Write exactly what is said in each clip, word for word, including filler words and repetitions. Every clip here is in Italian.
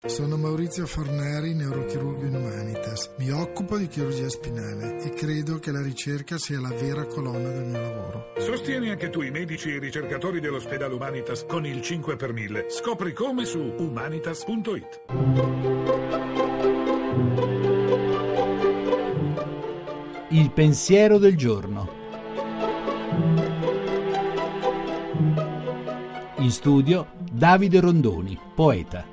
Sono Maurizio Forneri, neurochirurgo in Humanitas. Mi occupo di chirurgia spinale e credo che la ricerca sia la vera colonna del mio lavoro. Sostieni anche tu i medici e i ricercatori dell'ospedale Humanitas con il cinque per mille. Scopri come su humanitas punto it. Il pensiero del giorno. In studio Davide Rondoni, poeta.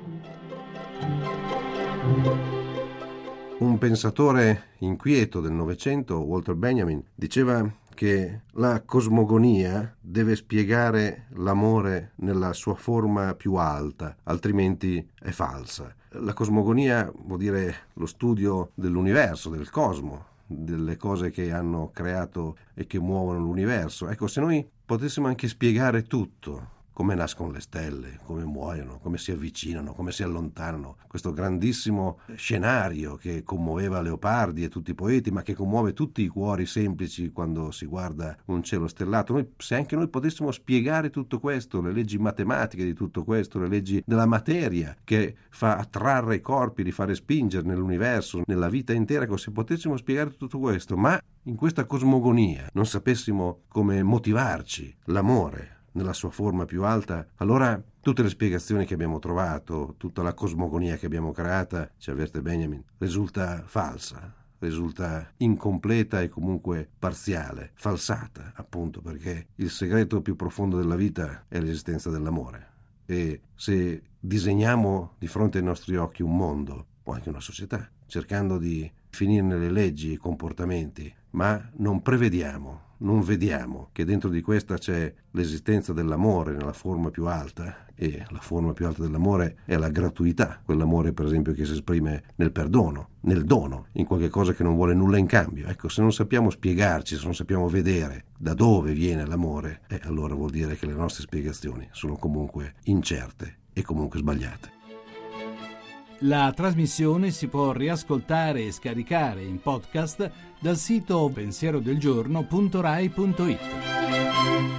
Un pensatore inquieto del Novecento, Walter Benjamin, diceva che la cosmogonia deve spiegare l'amore nella sua forma più alta, altrimenti è falsa. La cosmogonia vuol dire lo studio dell'universo, del cosmo, delle cose che hanno creato e che muovono l'universo. Ecco, se noi potessimo anche spiegare tutto, come nascono le stelle, come muoiono, come si avvicinano, come si allontanano, questo grandissimo scenario che commuoveva Leopardi e tutti i poeti, ma che commuove tutti i cuori semplici quando si guarda un cielo stellato. Noi, se anche noi potessimo spiegare tutto questo, le leggi matematiche di tutto questo, le leggi della materia che fa attrarre i corpi, li fa respingere nell'universo, nella vita intera, ecco, se potessimo spiegare tutto questo, ma in questa cosmogonia non sapessimo come motivarci l'amore nella sua forma più alta, allora tutte le spiegazioni che abbiamo trovato, tutta la cosmogonia che abbiamo creata, ci avverte Benjamin, risulta falsa, risulta incompleta e comunque parziale, falsata, appunto perché il segreto più profondo della vita è l'esistenza dell'amore. E se disegniamo di fronte ai nostri occhi un mondo o anche una società, cercando di finirne le leggi e i comportamenti, ma non prevediamo, non vediamo che dentro di questa c'è l'esistenza dell'amore nella forma più alta, e la forma più alta dell'amore è la gratuità, quell'amore per esempio che si esprime nel perdono, nel dono, in qualche cosa che non vuole nulla in cambio. Ecco, se non sappiamo spiegarci, se non sappiamo vedere da dove viene l'amore, eh, allora vuol dire che le nostre spiegazioni sono comunque incerte e comunque sbagliate. La trasmissione si può riascoltare e scaricare in podcast dal sito pensierodelgiorno punto rai punto it.